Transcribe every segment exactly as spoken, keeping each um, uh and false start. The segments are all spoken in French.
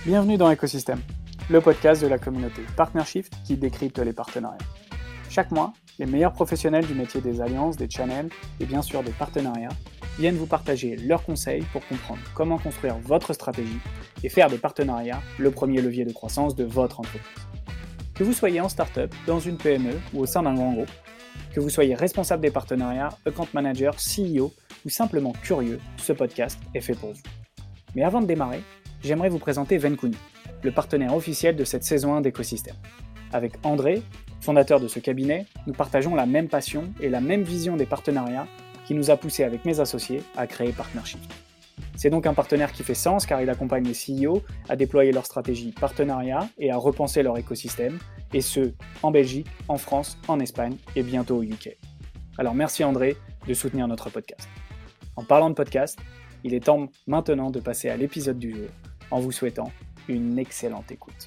Bienvenue dans Écosystème, le podcast de la communauté PartnerShift qui décrypte les partenariats. Chaque mois, les meilleurs professionnels du métier des alliances, des channels et bien sûr des partenariats viennent vous partager leurs conseils pour comprendre comment construire votre stratégie et faire des partenariats le premier levier de croissance de votre entreprise. Que vous soyez en start-up, dans une P M E ou au sein d'un grand groupe, que vous soyez responsable des partenariats, account manager, C E O ou simplement curieux, ce podcast est fait pour vous. Mais avant de démarrer, j'aimerais vous présenter Venkuni, le partenaire officiel de cette saison un d'Écosystème. Avec André, fondateur de ce cabinet, nous partageons la même passion et la même vision des partenariats qui nous a poussé avec mes associés à créer PartnerShift. C'est donc un partenaire qui fait sens car il accompagne les C E O à déployer leur stratégie partenariat et à repenser leur écosystème, et ce, en Belgique, en France, en Espagne et bientôt au U K. Alors merci André de soutenir notre podcast. En parlant de podcast, il est temps maintenant de passer à l'épisode du jour, en vous souhaitant une excellente écoute.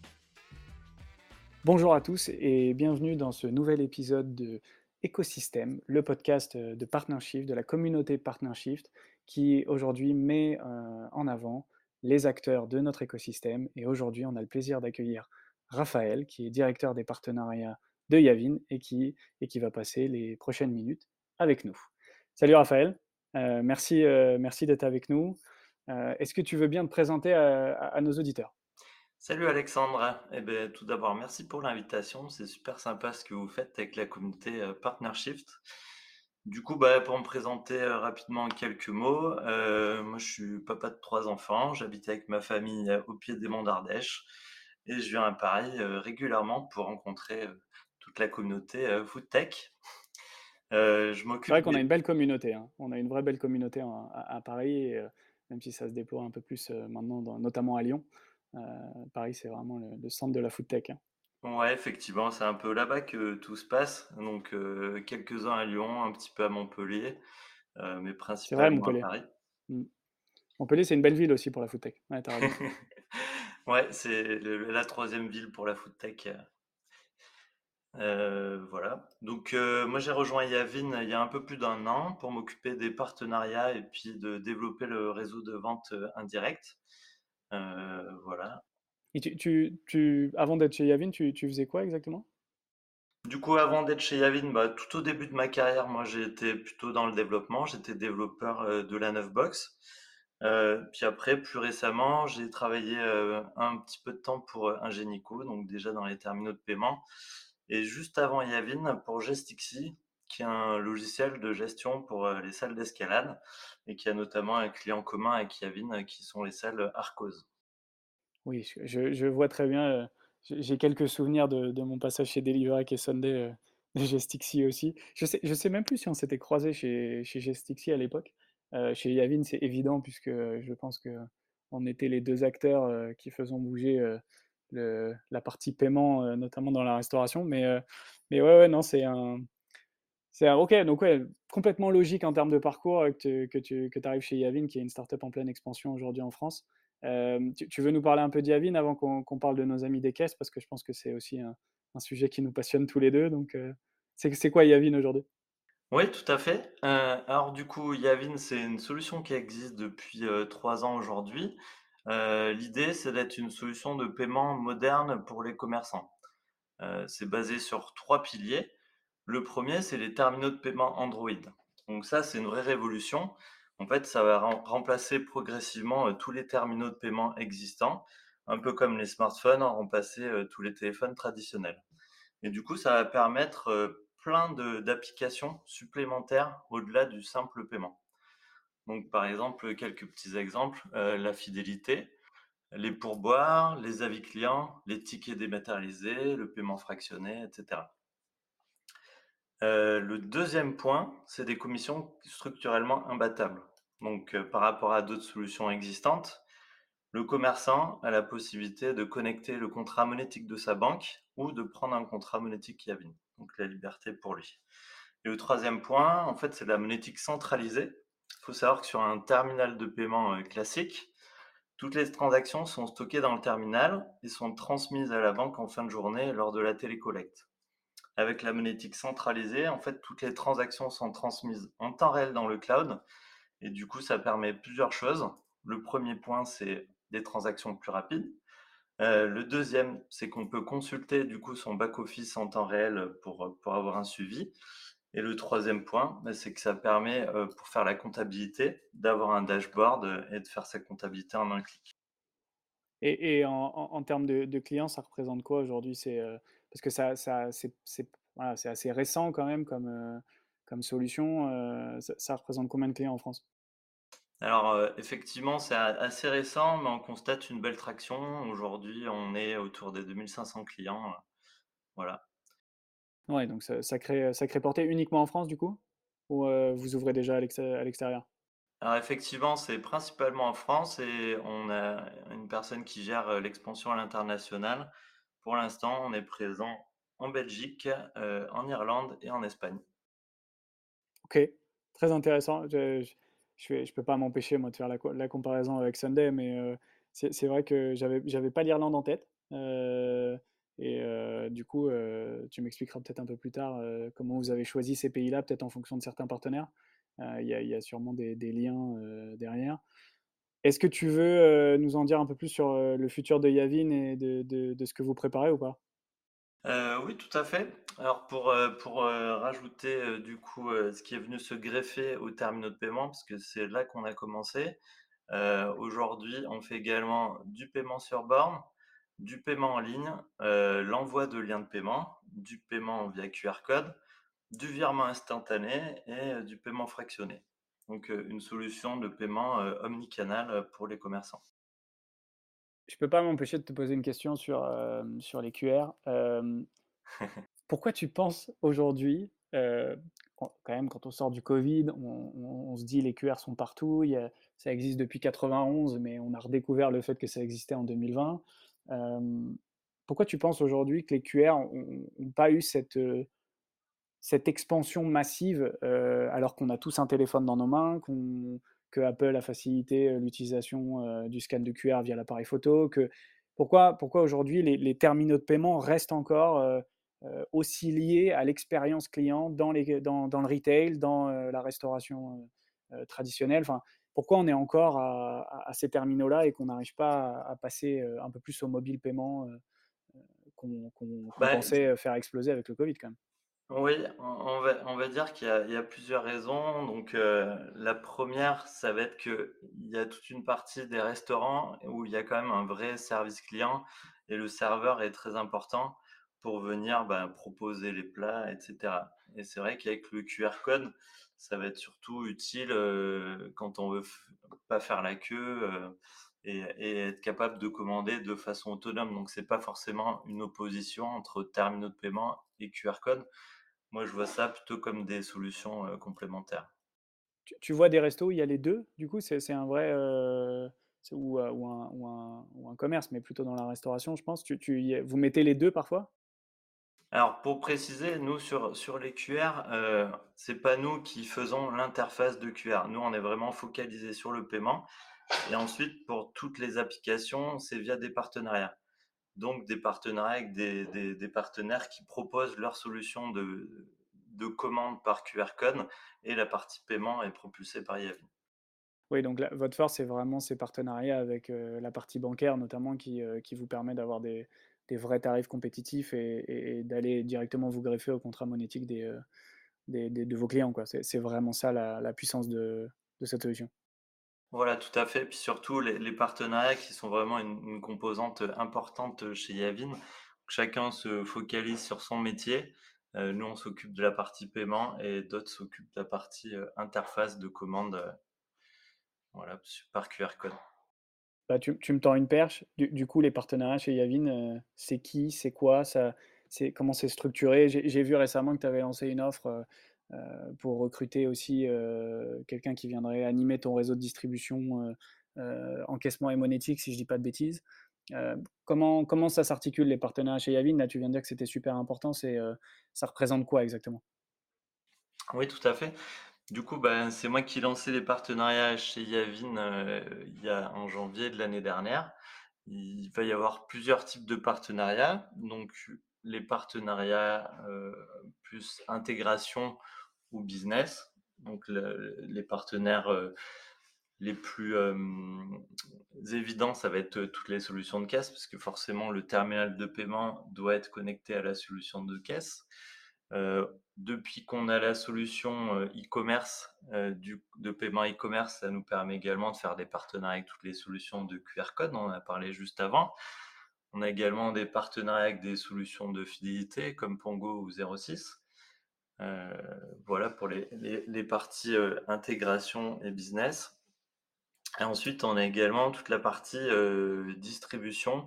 Bonjour à tous et bienvenue dans ce nouvel épisode de Écosystème, le podcast de PartnerShift, de la communauté PartnerShift, qui aujourd'hui met euh, en avant les acteurs de notre écosystème. Et aujourd'hui, on a le plaisir d'accueillir Raphaël, qui est directeur des partenariats de Yavin et qui, et qui va passer les prochaines minutes avec nous. Salut Raphaël, euh, merci, euh, merci d'être avec nous. Euh, est-ce que tu veux bien te présenter à, à, à nos auditeurs ? Salut Alexandre, eh ben, tout d'abord merci pour l'invitation, c'est super sympa ce que vous faites avec la communauté euh, PartnerShift. Du coup, bah, pour me présenter euh, rapidement en quelques mots, euh, moi je suis papa de trois enfants, j'habite avec ma famille euh, au pied des monts d'Ardèche et je viens à Paris euh, régulièrement pour rencontrer euh, toute la communauté euh, Foodtech. Euh, je C'est m'occupe vrai qu'on a des... une belle communauté, hein. On a une vraie belle communauté en- à, à Paris, et, euh, même si ça se déploie un peu plus euh, maintenant, dans- notamment à Lyon. Euh, Paris, c'est vraiment le, le centre de la food tech, hein. Ouais, effectivement, c'est un peu là-bas que tout se passe, donc euh, quelques-uns à Lyon, un petit peu à Montpellier, euh, mais C'est vrai, principalement à Montpellier. Paris. Mm. Montpellier, c'est une belle ville aussi pour la food tech. Ouais, t'as raison. Ouais, c'est le- la troisième ville pour la food tech. Euh, voilà. Donc, euh, moi, j'ai rejoint Yavin il y a un peu plus d'un an pour m'occuper des partenariats et puis de développer le réseau de vente euh, indirecte. Euh, voilà. Et tu, tu, tu- avant d'être chez Yavin, tu, tu faisais quoi exactement? Du coup, avant d'être chez Yavin, bah, tout au début de ma carrière, moi, j'ai été plutôt dans le développement. J'étais développeur euh, de la neuf box. Euh, puis après, plus récemment, j'ai travaillé euh, un petit peu de temps pour euh, Ingenico, donc déjà dans les terminaux de paiement. Et juste avant Yavin, pour Gestixi, qui est un logiciel de gestion pour euh, les salles d'escalade et qui a notamment un client commun avec Yavin, euh, qui sont les salles Arcos. Oui, je, je- je vois très bien. euh, j'ai j'ai quelques souvenirs de, de mon passage chez Deliverec et Sunday, euh, de Gestixi aussi. Je sais, je sais même plus si on s'était croisé chez, chez Gestixi à l'époque. Euh, chez Yavin, c'est évident puisque euh, je pense que on était les deux acteurs euh, qui faisons bouger euh, le, la partie paiement, euh, notamment dans la restauration. Mais, euh, mais ouais, ouais, non, c'est un, c'est un, ok. Donc ouais, complètement logique en termes de parcours euh, que tu, que tu que arrives chez Yavin, qui est une startup en pleine expansion aujourd'hui en France. Euh, tu, tu veux nous parler un peu d'Yavin avant qu'on qu'on parle de nos amis des caisses, parce que je pense que c'est aussi un, un sujet qui nous passionne tous les deux. Donc, euh, c'est c'est quoi Yavin aujourd'hui? Oui, tout à fait. Euh, alors du coup, Yavin, c'est une solution qui existe depuis euh, trois ans aujourd'hui. Euh, l'idée, c'est d'être une solution de paiement moderne pour les commerçants. Euh, c'est basé sur trois piliers. Le premier, c'est les terminaux de paiement Android. Donc ça, c'est une vraie révolution. En fait, ça va rem- remplacer progressivement euh, tous les terminaux de paiement existants, un peu comme les smartphones ont remplacé euh, tous les téléphones traditionnels. Et du coup, ça va permettre euh, plein de- d'applications supplémentaires au-delà du simple paiement. Donc, par exemple, quelques petits exemples, euh, la fidélité, les pourboires, les avis clients, les tickets dématérialisés, le paiement fractionné, et cetera. Euh, le deuxième point, c'est des commissions structurellement imbattables. Donc, euh, par rapport à d'autres solutions existantes, le commerçant a la possibilité de connecter le contrat monétique de sa banque ou de prendre un contrat monétique Yavin. Donc, la liberté pour lui. Et le troisième point, en fait, c'est la monétique centralisée. Il faut savoir que sur un terminal de paiement euh, classique, toutes les transactions sont stockées dans le terminal et sont transmises à la banque en fin de journée lors de la télécollecte. Avec la monétique centralisée, en fait, toutes les transactions sont transmises en temps réel dans le cloud et du coup, ça permet plusieurs choses. Le premier point, c'est des transactions plus rapides. Heu, le deuxième, c'est qu'on peut consulter du coup son back office en temps réel pour, pour avoir un suivi. Et le troisième point, bah, c'est que ça permet, heu, pour faire la comptabilité, d'avoir un dashboard, heu, et de faire sa comptabilité en un clic. Et et en en en termes de de clients, ça représente quoi aujourd'hui? C'est, heu, parce que ça ça c'est c'est voilà, c'est assez récent quand même comme, heu, comme solution, heu, ça ça représente combien de clients en France? Alors, heu, effectivement, c'est a assez récent, mais on constate une belle traction. Aujourd'hui, on est autour des deux mille cinq cents clients, heu, voilà. Ouais, donc ça ça crée, ça crée portée uniquement en France du coup? Ou, heu, vous ouvrez déjà à l'exté à l'extérieur? Alors effectivement, c'est principalement en France et on a une personne qui gère, heu, l'expansion à l'international. Pour l'instant, on est présent en Belgique, heu, en Irlande et en Espagne. OK, très intéressant. Je je je vais je peux pas m'empêcher moi de faire la co la comparaison avec Sunday, mais, heu, c'est c'est vrai que j'avais j'avais pas l'Irlande en tête, heu et heu, du coup, heu, tu m'expliqueras peut-être un peu plus tard, heu, comment vous avez choisi ces pays-là, peut-être en fonction de certains partenaires. Heu, il y a il y a sûrement des des liens, heu, derrière. Est-ce que tu veux, heu, nous en dire un peu plus sur, heu, le futur de Yavin et de de de ce que vous préparez ou pas? Heu, oui, tout à fait. Alors pour, heu, pour, heu, rajouter, heu, du coup, heu, ce qui est venu se greffer aux terminaux de paiement, parce que c'est là qu'on a commencé. Heu, aujourd'hui, on fait également du paiement sur borne, du paiement en ligne, heu, l'envoi de liens de paiement, du paiement via Q R code, du virement instantané et heu, du paiement fractionné. Donc, heu, une solution de paiement, heu, omnicanal, heu, pour les commerçants. Je peux pas m'empêcher de te poser une question sur, hem, sur les Q R. Hem, pourquoi tu penses aujourd'hui, heu, quand quand même quand on sort du Covid, on on on se dit les Q R sont partout, il y a ça existe depuis quatre-vingt-onze, mais on a redécouvert le fait que ça existait en deux mille vingt. Hem, pourquoi tu penses aujourd'hui que les Q R ont ont pas eu cette, heu, cette expansion massive, heu, alors qu'on a tous un téléphone dans nos mains, qu'on que Apple a facilité, heu, l'utilisation, heu, du scan de Q R via l'appareil photo, que pourquoi pourquoi aujourd'hui les les terminaux de paiement restent encore, heu heu, aussi liés à l'expérience client dans les dans dans le retail, dans, heu, la restauration, heu heu, traditionnelle? Enfin, pourquoi on est encore à à à ces terminaux-là et qu'on n'arrive pas à à passer, heu, un peu plus au mobile paiement, heu, qu'on qu'on qu'on Bah, pensait, faire exploser avec le Covid quand même? oui, on on va on va dire qu'il y a il y a plusieurs raisons. Donc, heu, la première, ça va être qu'il y a toute une partie des restaurants où il y a quand même un vrai service client et le serveur est très important pour venir, bah, proposer les plats et cetera. Et c'est vrai qu'avec le Q R code, ça va être surtout utile, heu, quand on veut f pas faire la queue, heu et et être capable de commander de façon autonome. Donc c'est pas forcément une opposition entre terminaux de paiement et Q R code. Moi, je vois ça plutôt comme des solutions, heu, complémentaires. Tu tu vois des restos où il y a les deux. Du coup? C'est c'est un vrai, heu, c'est ou, heu, ou un ou un ou un commerce, mais plutôt dans la restauration, je pense. Tu tu y vous mettez les deux parfois? Alors pour préciser, nous sur sur les Q R, heu, c'est pas nous qui faisons l'interface de Q R. Nous, on est vraiment focalisés sur le paiement et ensuite pour toutes les applications, c'est via des partenariats. Donc des partenariats avec des des des partenaires qui proposent leur solution de de commande par Q R code et la partie paiement est propulsée par Yavin. Oui, donc là, votre force, c'est vraiment ces partenariats avec, heu, la partie bancaire notamment qui, heu, qui vous permet d'avoir des des vrais tarifs compétitifs et et et d'aller directement vous greffer au contrat monétique des, heu, des des de vos clients, quoi. C'est c'est vraiment ça la la puissance de de cette solution. Voilà, tout à fait. Puis surtout les les partenariats qui sont vraiment une une composante, importante, chez Yavin. Chacun se focalise sur son métier. Heu, nous, on s'occupe de la partie paiement et d'autres s'occupent de la partie, heu, interface de commande, heu, voilà, su par Q R code. Bah, tu tu me tends une perche. Du du coup, les partenariats chez Yavin, heu, c'est qui? C'est quoi? Ça c'est comment c'est structuré? J'ai j'ai vu récemment que tu avais lancé une offre, heu heu, pour recruter aussi, heu, quelqu'un qui viendrait animer ton réseau de distribution, heu heu, encaissement et monétique, si je dis pas de bêtises. Heu, comment comment ça s'articule les partenariats chez Yavin? Là, tu viens de dire que c'était super important, c'est, heu, ça représente quoi exactement? Oui, tout à fait. Du coup, ben, c'est moi qui lançais les partenariats chez Yavin, heu, il y a en janvier de l'année dernière. Il va y avoir plusieurs types de partenariats, donc les partenariats, heu, plus intégration ou business. Donc le les partenaires, heu, les plus, hem, évidents, ça va être, heu, toutes les solutions de caisse parce que forcément le terminal de paiement doit être connecté à la solution de caisse. Heu, depuis qu'on a la solution, heu, e-commerce, heu, du de paiement e-commerce, ça nous permet également de faire des partenariats avec toutes les solutions de Q R code, on en a parlé juste avant. On a également des partenariats avec des solutions de fidélité comme Pongo ou zéro six. Heu, voilà pour les les les parties, heu, intégration et business. Et ensuite, on a également toute la partie, heu, distribution.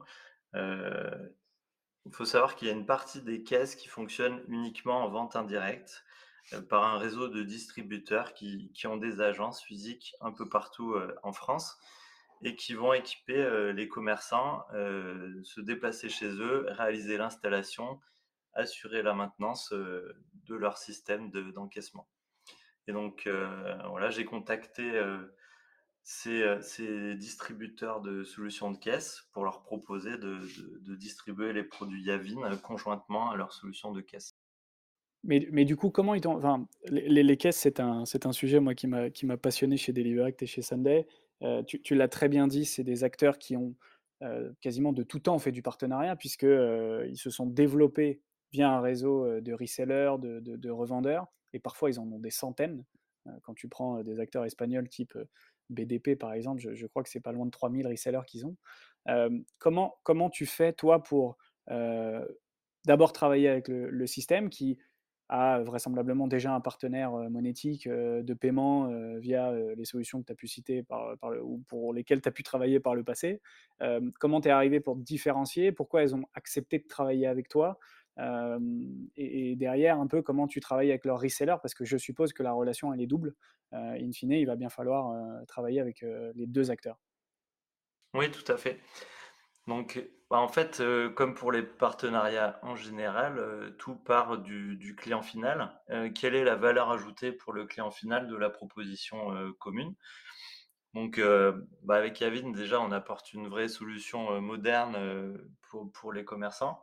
Heu, il faut savoir qu'il y a une partie des caisses qui fonctionnent uniquement en vente indirecte, heu, par un réseau de distributeurs qui qui ont des agences physiques un peu partout, heu, en France et qui vont équiper, heu, les commerçants, heu, se déplacer chez eux, réaliser l'installation, assurer la maintenance, heu, de leur système de d'encaissement. Et donc, heu, voilà, j'ai contacté, heu, ces, heu, ces distributeurs de solutions de caisse pour leur proposer de de de distribuer les produits Yavin, heu, conjointement à leurs solutions de caisse. Mais mais du coup, comment ils t'ont enfin, les les les caisses, c'est un c'est un sujet, moi, qui m'a qui m'a passionné chez Deliverect et chez Sunday. Heu, tu tu l'as très bien dit, c'est des acteurs qui ont, heu, quasiment de tout temps fait du partenariat puisque, heu, ils se sont développés via un réseau, heu, de resellers, de de de revendeurs et parfois ils en ont des centaines. Heu, quand tu prends, heu, des acteurs espagnols type, heu, B D P par exemple, je je crois que c'est pas loin de trois mille resellers qu'ils ont. Hem, comment comment tu fais toi pour, heu, d'abord travailler avec le le système qui a vraisemblablement déjà un partenaire, heu, monétique, heu, de paiement, heu, via, heu, les solutions que tu as pu citer par, par le ou pour lesquelles tu as pu travailler par le passé. Hem, comment tu es arrivé pour te différencier? Pourquoi elles ont accepté de travailler avec toi? Hem et et derrière un peu comment tu travailles avec leurs resellers? Parce que je suppose que la relation elle est double. Heu, in fine, il va bien falloir, heu, travailler avec, heu, les deux acteurs. Oui, tout à fait. Donc, bah, en fait, heu, comme pour les partenariats en général, heu, tout part du du client final. Heu, quelle est la valeur ajoutée pour le client final de la proposition, heu, commune? Donc, heu, bah, avec Yavin, déjà, on apporte une vraie solution, heu, moderne, heu, pour pour les commerçants,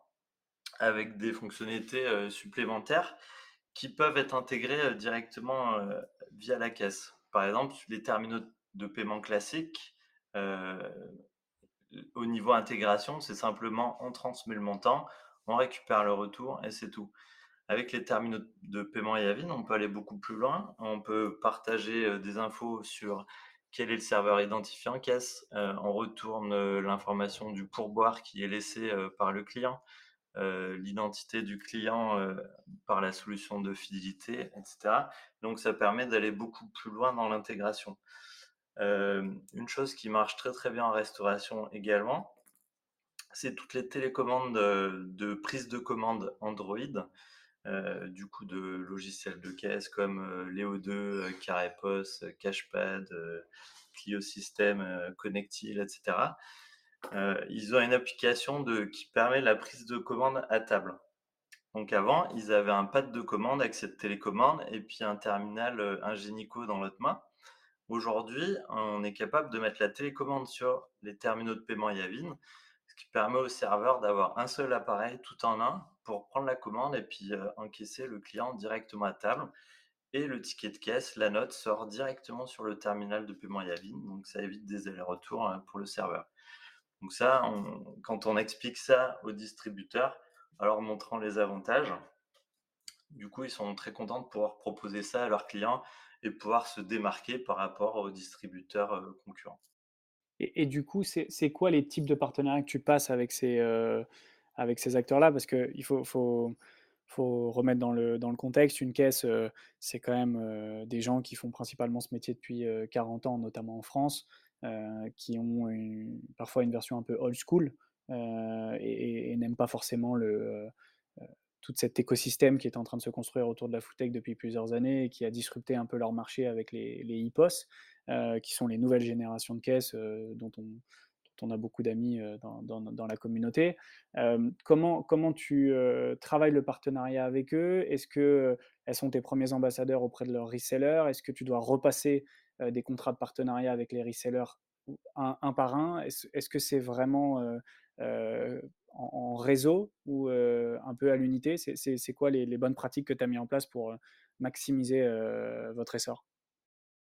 avec des fonctionnalités, heu, supplémentaires qui peuvent être intégrées, heu, directement, heu, via la caisse. Par exemple, les terminaux de paiement classiques, heu, au niveau intégration, c'est simplement on transmet le montant, on récupère le retour et c'est tout. Avec les terminaux de paiement Yavin, on peut aller beaucoup plus loin. On peut partager, heu, des infos sur quel est le serveur identifié en caisse. Heu, on retourne, heu, l'information du pourboire qui est laissé, heu, par le client, heu, l'identité du client, heu, par la solution de fidélité et cetera. Donc ça permet d'aller beaucoup plus loin dans l'intégration. Hem, une chose qui marche très, très bien en restauration également, c'est toutes les télécommandes, heu, de prise de commande Android, heu, du coup de logiciels de caisse comme, heu, Léo deux, heu, Carré-Post, heu, Cashpad, heu, Clio System, heu, Connectil et cetera. Heu, ils ont une application de qui permet la prise de commande à table. Donc avant, ils avaient un pad de commande avec cette télécommande et puis un terminal, heu, ingénico dans l'autre main. Aujourd'hui, on est capable de mettre la télécommande sur les terminaux de paiement Yavin, ce qui permet au serveur d'avoir un seul appareil tout en un pour prendre la commande et puis, heu, encaisser le client directement à table et le ticket de caisse, la note sort directement sur le terminal de paiement Yavin, donc ça évite des allers-retours, heu, pour le serveur. Donc ça, on quand on explique ça aux distributeurs, en leur montrant les avantages, du coup, ils sont très contents de pouvoir proposer ça à leurs clients et pouvoir se démarquer par rapport aux distributeurs, heu, concurrents. Et et du coup, c'est c'est quoi les types de partenariats que tu passes avec ces, heu, avec ces acteurs-là? Parce qu'il faut faut faut remettre dans le dans le contexte, une caisse, heu, c'est quand même, heu, des gens qui font principalement ce métier depuis, heu, quarante ans, notamment en France, heu, qui ont une parfois une version un peu old school, heu, et et et n'aiment pas forcément le, heu heu, tout cet écosystème qui est en train de se construire autour de la foodtech depuis plusieurs années et qui a disrupté un peu leur marché avec les les I P O S, heu, qui sont les nouvelles générations de caisses, heu, dont on dont on a beaucoup d'amis, heu, dans dans dans la communauté. Hem, comment comment tu, heu, travailles le partenariat avec eux? Est-ce que, heu, elles sont tes premiers ambassadeurs auprès de leurs resellers? Est-ce que tu dois repasser, heu, des contrats de partenariat avec les resellers ou un un par un? Est-ce est-ce que c'est vraiment, heu heu, en en réseau ou, heu, un peu à l'unité? C'est c'est c'est quoi les les bonnes pratiques que tu as mis en place pour, heu, maximiser, heu, votre essor?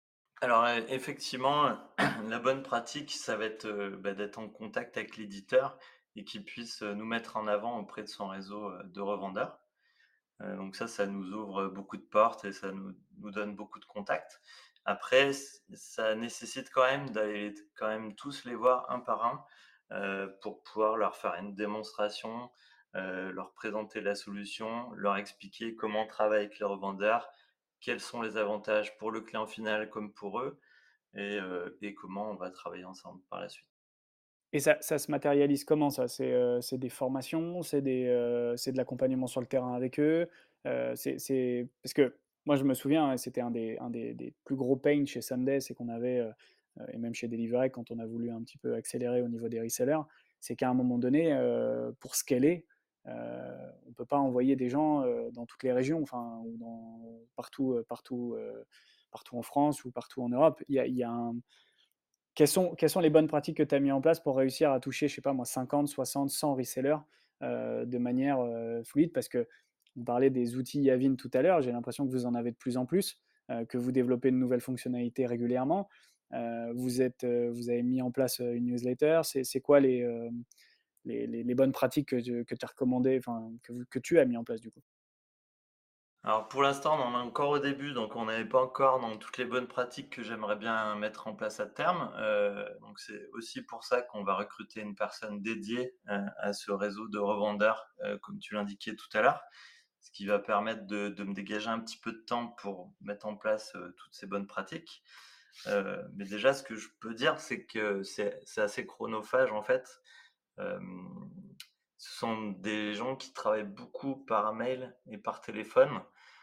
Alors, heu, effectivement, la bonne pratique, ça va être, heu, bah, d'être en contact avec l'éditeur et qu'il puisse, heu, nous mettre en avant auprès de son réseau, heu, de revendeurs. Heu, donc ça, ça nous ouvre beaucoup de portes et ça nous nous donne beaucoup de contacts. Après, ç ça nécessite quand même d'aller t quand même tous les voir un par un, heu, pour pouvoir leur faire une démonstration, heu, leur présenter la solution, leur expliquer comment on travaille avec les revendeurs, quels sont les avantages pour le client final comme pour eux et heu et comment on va travailler ensemble par la suite. Et ça ça se matérialise comment ça? C'est, heu, c'est des formations? C'est des, heu, c'est de l'accompagnement sur le terrain avec eux? Heu, c'est c'est parce que moi je me souviens, hein, c'était un des un des des plus gros pains chez Sunday, c'est qu'on avait, heu heu et même chez Delivery quand on a voulu un petit peu accélérer au niveau des resellers, c'est qu'à un moment donné, heu, pour scaler, heu, on peut pas envoyer des gens, heu, dans toutes les régions, enfin ou dans partout, heu, partout, heu, partout en France ou partout en Europe. Il y a il y a un quelles sont quelles sont les bonnes pratiques que tu as mis en place pour réussir à toucher, je sais pas moi, cinquante, soixante, cent resellers, heu, de manière, heu, fluide? Parce qu'on parlait des outils Yavin tout à l'heure, j'ai l'impression que vous en avez de plus en plus, heu, que vous développez de nouvelles fonctionnalités régulièrement. Heu, vous êtes, heu, vous avez mis en place, heu, une newsletter. C'est c'est quoi les, hem, les les les bonnes pratiques que tu que tu as recommandées, enfin que vous que tu as mis en place du coup? Alors pour l'instant, on en est encore au début, donc on n'est pas encore dans toutes les bonnes pratiques que j'aimerais bien mettre en place à terme. Heu, donc c'est aussi pour ça qu'on va recruter une personne dédiée, heu, à ce réseau de revendeurs, heu, comme tu l'indiquais tout à l'heure. Ce qui va permettre de de me dégager un petit peu de temps pour mettre en place, heu, toutes ces bonnes pratiques. Heu, mais déjà ce que je peux dire, c'est que c'est c'est assez chronophage en fait. Hem, Ce sont des gens qui travaillent beaucoup par mail et par téléphone.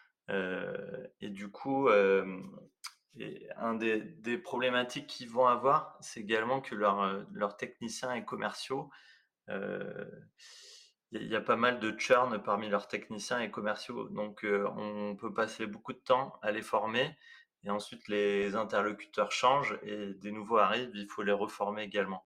Heu et du coup, hem et un des des problématiques qu'ils vont avoir, c'est également que leurs, heu, leurs techniciens et commerciaux, heu, il y a il y a pas mal de churn parmi leurs techniciens et commerciaux. Donc, heu, on peut passer beaucoup de temps à les former et ensuite les interlocuteurs changent et des nouveaux arrivent, il faut les reformer également.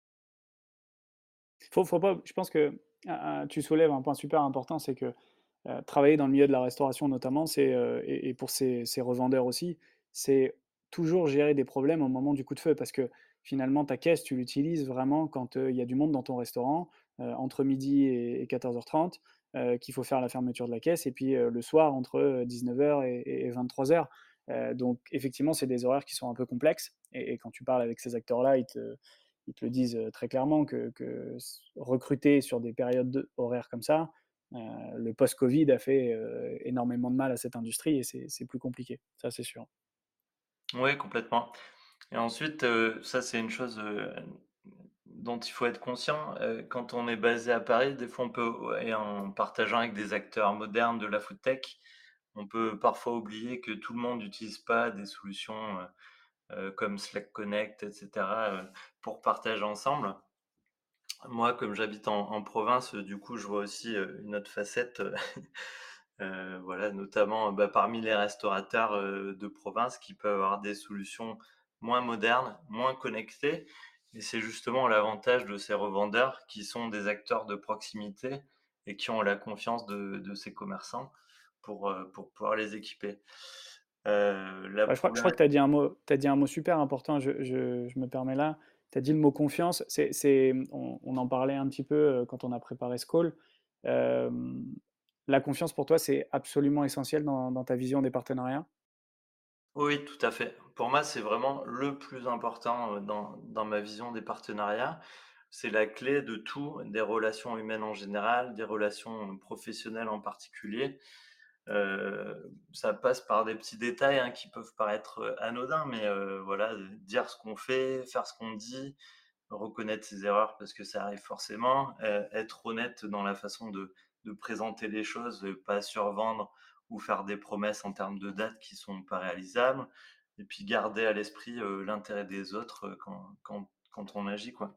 Faut faut pas je pense que, ah ah, tu soulèves un point super important, c'est que Heu, travailler dans le milieu de la restauration notamment, c'est, heu et et pour ces ces revendeurs aussi, c'est toujours gérer des problèmes au moment du coup de feu. Parce que finalement, ta caisse, tu l'utilises vraiment quand, heu, il y a du monde dans ton restaurant, heu, entre midi et et quatorze heures trente, heu, qu'il faut faire la fermeture de la caisse et puis, heu, le soir entre, heu, dix-neuf heures et et vingt-trois heures. Heu, donc effectivement, c'est des horaires qui sont un peu complexes et et quand tu parles avec ces acteurs-là, ils te ils te le disent, heu, très clairement que que s recruter sur des périodes de horaires comme ça, Heu, le post-Covid a fait, heu, énormément de mal à cette industrie et c'est c'est plus compliqué, ça c'est sûr. Oui, complètement. Et ensuite, heu, ça c'est une chose, heu, dont il faut être conscient, heu, quand on est basé à Paris, des fois on peut ouais, et en partageant avec des acteurs modernes de la food tech, on peut parfois oublier que tout le monde n'utilise pas des solutions, heu heu, comme Slack Connect et cetera, heu, pour partager ensemble. Moi, comme j'habite en en province, heu, du coup, je vois aussi, heu, une autre facette, heu heu, voilà, notamment, bah, parmi les restaurateurs, heu, de province qui peuvent avoir des solutions moins modernes, moins connectées et c'est justement l'avantage de ces revendeurs qui sont des acteurs de proximité et qui ont la confiance de de ces commerçants pour, heu, pour pouvoir les équiper. Heu, la Ouais, je crois je crois que problématique tu as dit un mot tu dit un mot super important, je je je me permets là. Tu as dit le mot confiance, c'est c'est, mmh, on on en parlait un petit peu, heu, quand on a préparé ce call. Hem, la confiance pour toi, c'est absolument essentiel dans dans ta vision des partenariats? Oui, tout à fait. Pour moi, c'est vraiment le plus important, heu, dans dans ma vision des partenariats. C'est la clé de tout, des relations humaines en général, des relations, heu, professionnelles en particulier. Heu, Ça passe par des petits détails, hein, qui peuvent paraître, heu, anodins, mais heu, voilà, heu, dire ce qu'on fait, faire ce qu'on dit, reconnaître ses erreurs parce que ça arrive forcément, heu, être honnête dans la façon de de présenter les choses, heu, pas survendre ou faire des promesses en termes de dates qui sont pas réalisables et puis garder à l'esprit, heu, l'intérêt des autres, heu, quand quand quand on agit, quoi.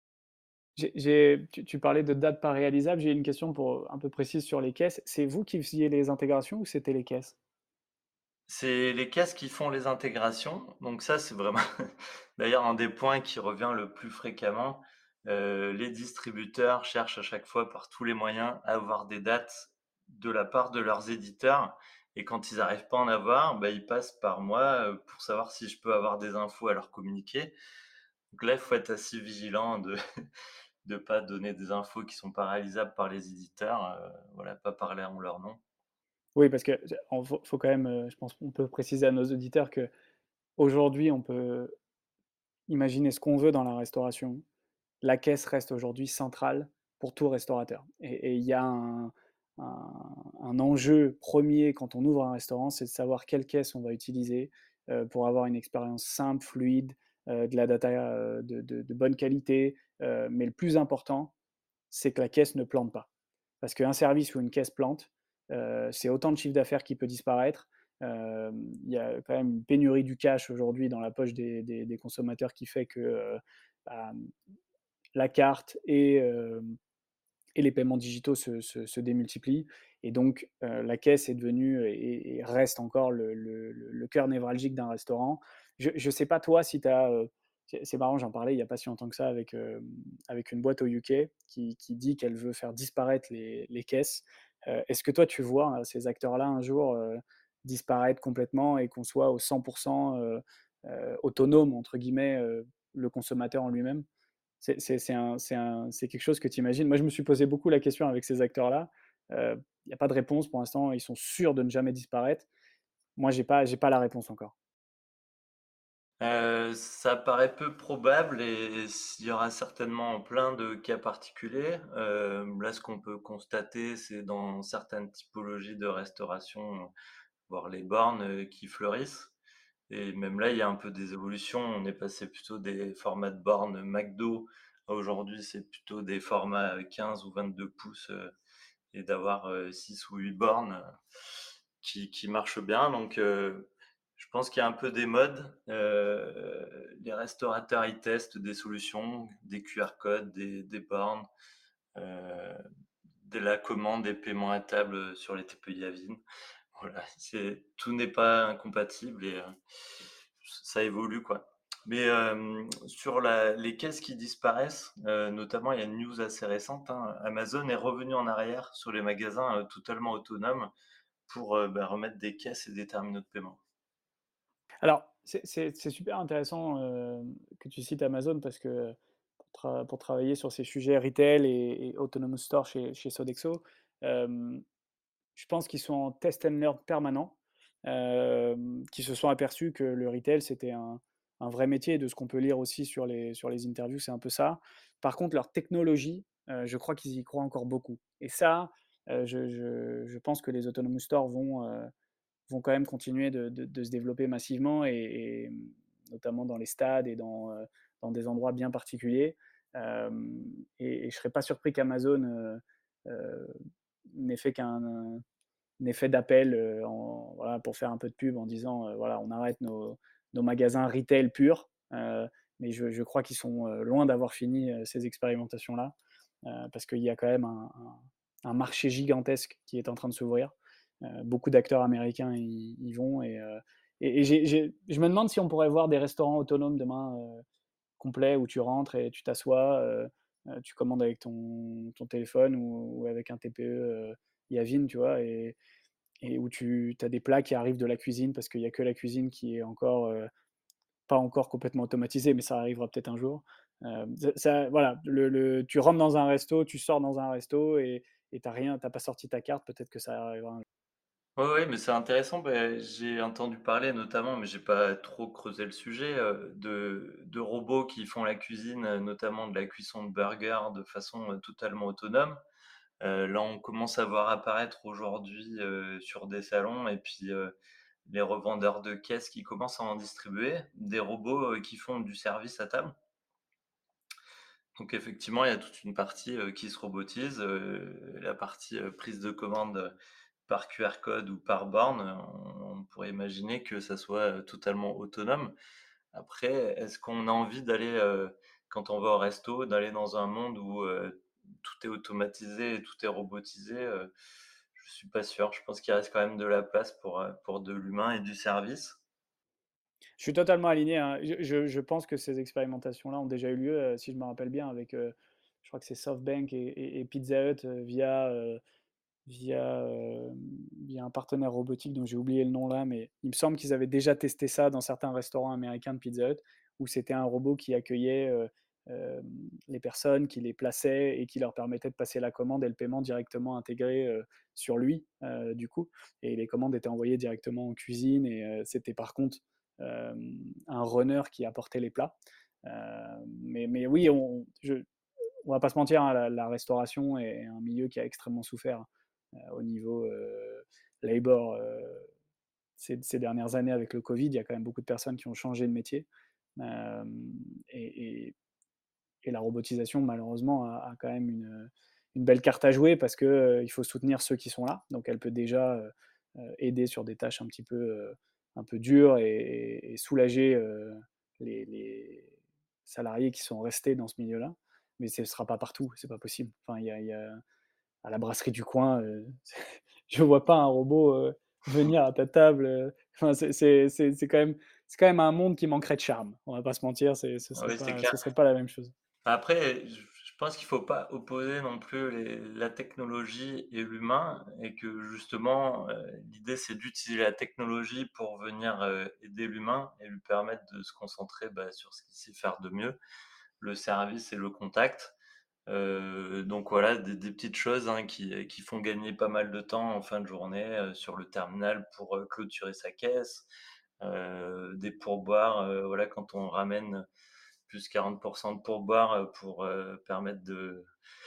J'ai j'ai tu tu parlais de dates pas réalisables, j'ai une question pour un peu précise sur les caisses. C'est vous qui faisiez les intégrations ou c'était les caisses? C'est les caisses qui font les intégrations, donc ça, c'est vraiment d'ailleurs un des points qui revient le plus fréquemment. Heu, les distributeurs cherchent à chaque fois par tous les moyens à avoir des dates de la part de leurs éditeurs et quand ils arrivent pas à en avoir, bah, ils passent par moi, heu, pour savoir si je peux avoir des infos à leur communiquer. Donc là, il faut être assez vigilant de de pas donner des infos qui sont pas réalisables par les éditeurs, heu, voilà, pas parler en leur nom. Oui, parce que il faut faut quand même, heu, je pense qu'on peut préciser à nos auditeurs qu'aujourd'hui, on peut imaginer ce qu'on veut dans la restauration. La caisse reste aujourd'hui centrale pour tout restaurateur et et il y a un un un enjeu premier quand on ouvre un restaurant, c'est de savoir quelle caisse on va utiliser, heu, pour avoir une expérience simple, fluide, heu, de la data, heu, de de de bonne qualité, heu, mais le plus important, c'est que la caisse ne plante pas. Parce qu'un service ou une caisse plante, heu, c'est autant de chiffre d'affaires qui peut disparaître. Hem, il y a quand même une pénurie du cash aujourd'hui dans la poche des des des consommateurs qui fait que, heu, bah, la carte et hem et les paiements digitaux se se se démultiplient et donc heu, la caisse est devenue et et reste encore le le le le cœur névralgique d'un restaurant. Je je sais pas toi si tu as, heu c'est c'est marrant, j'en parlais il y a pas si longtemps que ça avec, hem, avec une boîte au U K qui qui dit qu'elle veut faire disparaître les les caisses. Heu, est-ce que toi tu vois, heu, ces acteurs-là un jour, heu, disparaître complètement et qu'on soit au cent pour cent, heu heu, «autonome» entre guillemets, heu, le consommateur en lui-même? C'est c'est c'est un c'est un c'est quelque chose que tu imagines? Moi, je me suis posé beaucoup la question avec ces acteurs-là. Heu, il y a pas de réponse pour l'instant, ils sont sûrs de ne jamais disparaître. Moi, j'ai pas j'ai pas la réponse encore. Heu, ça paraît peu probable et s il y aura certainement plein de cas particuliers. Hem, là, ce qu'on peut constater, c'est dans certaines typologies de restauration, voir les bornes, heu, qui fleurissent et même là, il y a un peu des évolutions. On est passé plutôt des formats de bornes McDo. Aujourd'hui, c'est plutôt des formats, heu, quinze ou vingt-deux pouces, heu et d'avoir, heu, six ou huit bornes, heu, qui qui marchent bien donc heu, je pense qu'il y a un peu des modes. Heu, les restaurateurs, ils testent des solutions, des Q R codes, des des bornes, heu, de la commande, des paiements à table, sur les T P I Yavin. Voilà, c'est tout n'est pas incompatible et heu, ça évolue, quoi. Mais hem, sur la les caisses qui disparaissent, heu, notamment, il y a une news assez récente, hein. Amazon est revenu en arrière sur les magasins, heu, totalement autonomes pour, heu, bah, remettre des caisses et des terminaux de paiement. Alors, c'est c'est c'est super intéressant, hem, que tu cites Amazon parce que pour tra pour travailler sur ces sujets retail et et autonomous store chez chez Sodexo, hem, je pense qu'ils sont en test and learn permanent, hem, qu'ils se sont aperçus que le retail, c'était un un vrai métier. De ce qu'on peut lire aussi sur les sur les interviews, c'est un peu ça. Par contre, leur technologie, heu, je crois qu'ils y croient encore beaucoup et ça, heu, je je je pense que les autonomous stores vont, heu, vont quand même continuer de de de se développer massivement et et mmh, notamment dans les stades et dans, heu, dans des endroits bien particuliers. Hem et et je serais pas surpris qu'Amazon, heu heu, n'ait fait qu'un un effet d'appel, heu, en voilà, pour faire un peu de pub en disant, heu, voilà, on arrête nos nos magasins retail purs, heu, mais je je crois qu'ils sont, heu, loin d'avoir fini, heu, ces expérimentations-là, heu, parce qu'il y a quand même un un un marché gigantesque qui est en train de s'ouvrir. Heu, beaucoup d'acteurs américains y y vont et heu et et j'ai j'ai je me demande si on pourrait voir des restaurants autonomes demain, heu, complets où tu rentres et tu t'assois, heu heu, tu commandes avec ton ton téléphone ou ou avec un T P E, heu, Yavin, tu vois? Et et où tu as des plats qui arrivent de la cuisine parce qu'il y a que la cuisine qui est encore, heu, pas encore complètement automatisée, mais ça arrivera peut-être un jour. Hem, ça ça voilà, le le tu rentres dans un resto, tu sors dans un resto et et tu as rien, tu as pas sorti ta carte, peut-être que ça arrivera un jour. Ouais, ouais, mais c'est intéressant. Beh, j'ai entendu parler notamment, mais j'ai pas trop creusé le sujet, heu, de de robots qui font la cuisine, heu, notamment de la cuisson de burgers de façon, heu, totalement autonome. Heu, là, on commence à voir apparaître aujourd'hui, heu, sur des salons et puis, heu, les revendeurs de caisses qui commencent à en distribuer, des robots, heu, qui font du service à table. Donc effectivement, il y a toute une partie, heu, qui se robotise, heu, la partie, heu, prise de commande, heu, par Q R code ou par borne, on on pourrait imaginer que ça soit, heu, totalement autonome. Après, est-ce qu'on a envie d'aller, heu, quand on va au resto, d'aller dans un monde où, heu, tout est automatisé et tout est robotisé? Heu, je suis pas sûr. Je pense qu'il reste quand même de la place pour, heu, pour de l'humain et du service. Je suis totalement aligné, hein. Je je je pense que ces expérimentations-là ont déjà eu lieu, heu, si je me rappelle bien avec, heu, je crois que c'est SoftBank et et et Pizza Hut, heu, via, heu via, hem, via un partenaire robotique dont j'ai oublié le nom là, mais il me semble qu'ils avaient déjà testé ça dans certains restaurants américains de Pizza Hut, où c'était un robot qui accueillait, heu, hem, les personnes, qui les plaçait et qui leur permettait de passer la commande et le paiement directement intégré, heu, sur lui, heu, du coup, et les commandes étaient envoyées directement en cuisine et heu, c'était par contre, hem, un runner qui apportait les plats. Heu, mais mais oui, on je on va pas se mentir, hein, la la restauration est un milieu qui a extrêmement souffert, heu, au niveau, heu, labor, heu, ces ces dernières années avec le covid. Il y a quand même beaucoup de personnes qui ont changé de métier. Hem et et et la robotisation malheureusement a a quand même une, une belle carte à jouer parce que, heu, il faut soutenir ceux qui sont là. Donc elle peut déjà, heu heu, aider sur des tâches un petit peu, heu, un peu dures et et soulager, heu, les les salariés qui sont restés dans ce milieu-là. Mais ce ne sera pas partout, c'est pas possible. Enfin, il y a il y a à la brasserie du coin, heu, je vois pas un robot, heu, venir à ta table, heu, enfin c'est c'est c'est c'est quand même c'est quand même un monde qui manquerait de charme. On va pas se mentir, c'est ce serait Oui, c'est pas clair. ce serait pas la même chose. Après, je je pense qu'il faut pas opposer non plus les la technologie et l'humain et que justement, heu, l'idée c'est d'utiliser la technologie pour venir, heu, aider l'humain et lui permettre de se concentrer, bah, sur ce qu'il sait faire de mieux, le service et le contact. Heu, donc voilà, des des petites choses, hein, qui, qui font gagner pas mal de temps en fin de journée, heu, sur le terminal pour, heu, clôturer sa caisse, heu, des pourboires, heu, voilà, quand on ramène plus quarante de pourboires, heu, pour, heu, permettre de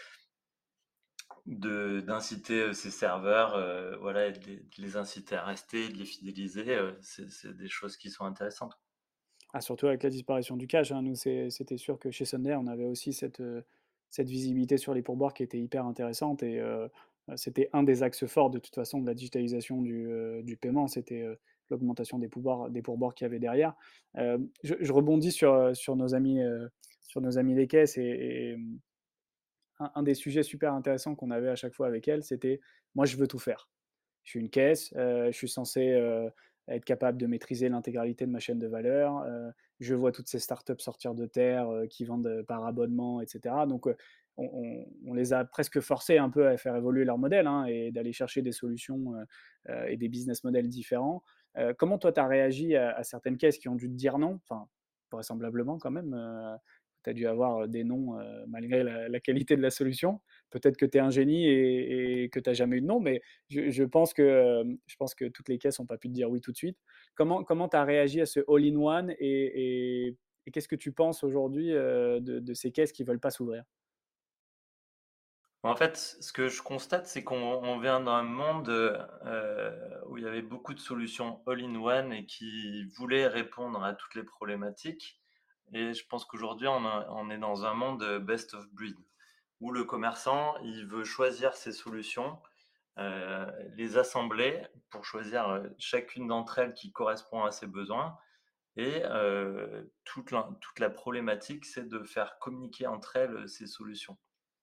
de d'inciter, heu, ses serveurs, heu, voilà et de les de les inciter à rester, de les fidéliser, heu, c'est c'est des choses qui sont intéressantes. Ah, surtout avec la disparition du cash, hein. Nous, c'est c'était sûr que chez Sunday, on avait aussi cette, heu, cette visibilité sur les pourboires qui était hyper intéressante et heu, heu, c'était un des axes forts de toute façon de la digitalisation du, heu, du paiement. C'était, heu, l'augmentation des pourboires des pourboires qu'il y avait derrière. Hem, je je rebondis sur, heu, sur nos amis, heu, sur nos amis les caisses et et mmh, un un des sujets super intéressants qu'on avait à chaque fois avec elles, c'était: «Moi, je veux tout faire». Je suis une caisse, heu, je suis censé, heu, être capable de maîtriser l'intégralité de ma chaîne de valeur, heu, je vois toutes ces startups sortir de terre, heu, qui vendent, heu, par abonnement et cetera. Donc, heu, on on on les a presque forcés un peu à faire évoluer leur modèle, hein, et d'aller chercher des solutions, heu heu, et des business models différents. Heu, comment toi tu as réagi à à certaines caisses qui ont dû te dire non? Enfin, vraisemblablement quand même, heu, tu as dû avoir, des noms, heu, malgré la la qualité de la solution. Peut-être que tu es un génie et et que tu as jamais eu de non, mais je je pense que, hem, je pense que toutes les caisses ont pas pu te dire oui tout de suite. Comment comment tu as réagi à ce all in one et et et qu'est-ce que tu penses aujourd'hui, heu, de de ces caisses qui veulent pas s'ouvrir? En fait, ce que je constate, c'est qu'on on vient d'un monde, heu où il y avait beaucoup de solutions all-in-one et qui voulaient répondre à toutes les problématiques et je pense qu'aujourd'hui, on a on est dans un monde, heu, best of breed, où le commerçant, il veut choisir ses solutions, heu, les assembler pour choisir, heu, chacune d'entre elles qui correspond à ses besoins et heu, toute l'in toute la problématique, c'est de faire communiquer entre elles, heu, ces solutions.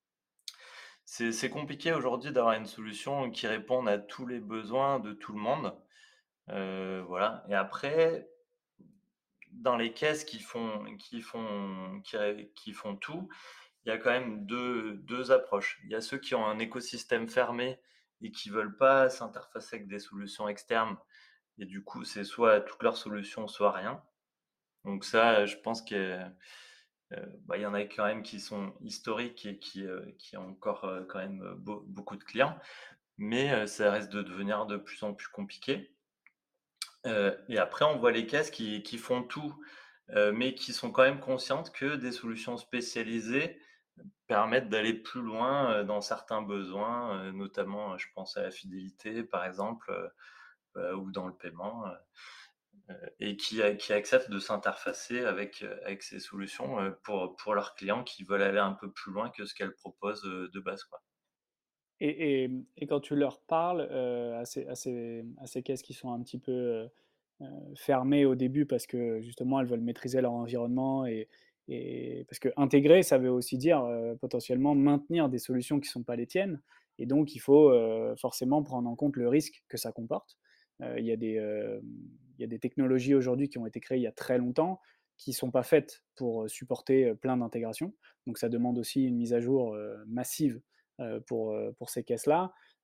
C'est c'est compliqué aujourd'hui d'avoir une solution qui réponde à tous les besoins de tout le monde, heu, voilà et après, dans les caisses qui font qui font qui ré qui font tout, il y a quand même deux deux approches. Il y a ceux qui ont un écosystème fermé et qui veulent pas s'interfacer avec des solutions externes et du coup, c'est soit toutes leurs solutions, soit rien. Donc ça, je pense que, heu, bah, il y en a quand même qui sont historiques et qui, heu, qui ont encore, heu, quand même, heu, beau beaucoup de clients. Mais heu, ça risque de devenir de plus en plus compliqué. Heu et après on voit les caisses qui qui font tout, heu, mais qui sont quand même conscientes que des solutions spécialisées permettent d'aller plus loin, heu, dans certains besoins, heu, notamment, heu, je pense à la fidélité par exemple, heu heu, ou dans le paiement, heu heu et qui a qui acceptent de s'interfacer avec, heu, avec ces solutions, heu, pour pour leurs clients qui veulent aller un peu plus loin que ce qu'elles proposent, heu, de base, quoi. Et et mmh et quand tu leur parles, heu, à ces à ces à ces caisses qui sont un petit peu, heu heu, fermées au début parce que justement elles veulent maîtriser leur environnement et et parce qu'intégrer, ça veut aussi dire, heu, potentiellement maintenir des solutions qui ne sont pas les tiennes et donc il faut, heu, forcément prendre en compte le risque que ça comporte. Heu, il y a des, hem, il y a des technologies aujourd'hui qui ont été créées il y a très longtemps, qui ne sont pas faites pour, heu, supporter, heu, plein d'intégrations. Donc ça demande aussi une mise à jour, heu, massive heu, pour, heu, pour ces caisses-là.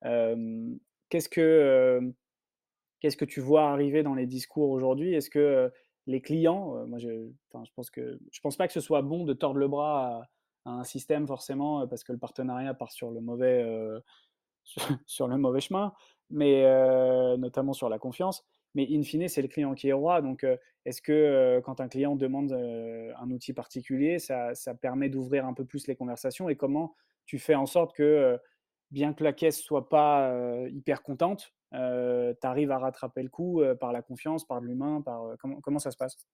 Hem, qu'est-ce que, hem, qu'est-ce que tu vois arriver dans les discours aujourd'hui? Est-ce que, heu, les clients, heu, moi je enfin je pense que je pense pas que ce soit bon de tordre le bras à à un système forcément, heu, parce que le partenariat part sur le mauvais, heu, sur sur le mauvais chemin, mais heu, notamment sur la confiance. Mais in fine, c'est le client qui est roi, donc heu, est-ce que, heu, quand un client demande, heu, un outil particulier, ça ça permet d'ouvrir un peu plus les conversations? Et comment tu fais en sorte que, heu, bien que la caisse soit pas, heu, hyper contente, heu, tu arrives à rattraper le coup, heu, par la confiance, par de l'humain, par, heu, comment comment ça se passe?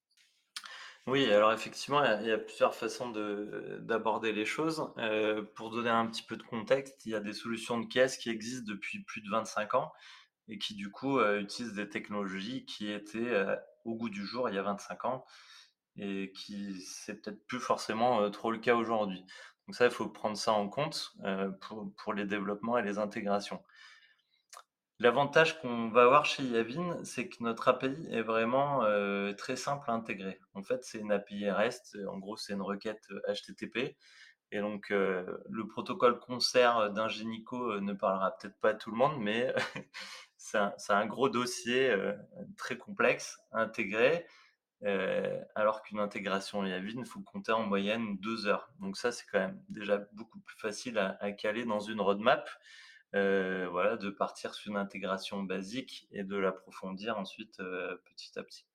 Oui, alors effectivement, il y a il y a plusieurs façons de d'aborder les choses. Heu, pour donner un petit peu de contexte, il y a des solutions de caisse qui existent depuis plus de vingt-cinq ans et qui du coup, heu, utilisent des technologies qui étaient, heu, au goût du jour il y a vingt-cinq ans et qui c'est peut-être plus forcément, heu, trop le cas aujourd'hui. Donc ça, il faut prendre ça en compte, heu, pour pour les développements et les intégrations. L'avantage qu'on va avoir chez Yavin, c'est que notre A P I est vraiment, heu, très simple à intégrer. En fait, c'est une A P I REST, en gros, c'est une requête, heu, H T T P et donc heu, le protocole concert d'Ingenico, heu, ne parlera peut-être pas à tout le monde, mais c'est un c'est un gros dossier, heu, très complexe à intégrer, heu, alors qu'une intégration Yavin, il faut compter en moyenne deux heures. Donc ça, c'est quand même déjà beaucoup plus facile à à caler dans une roadmap. Heu, voilà, de partir sur une intégration basique et de l'approfondir ensuite, heu, petit à petit.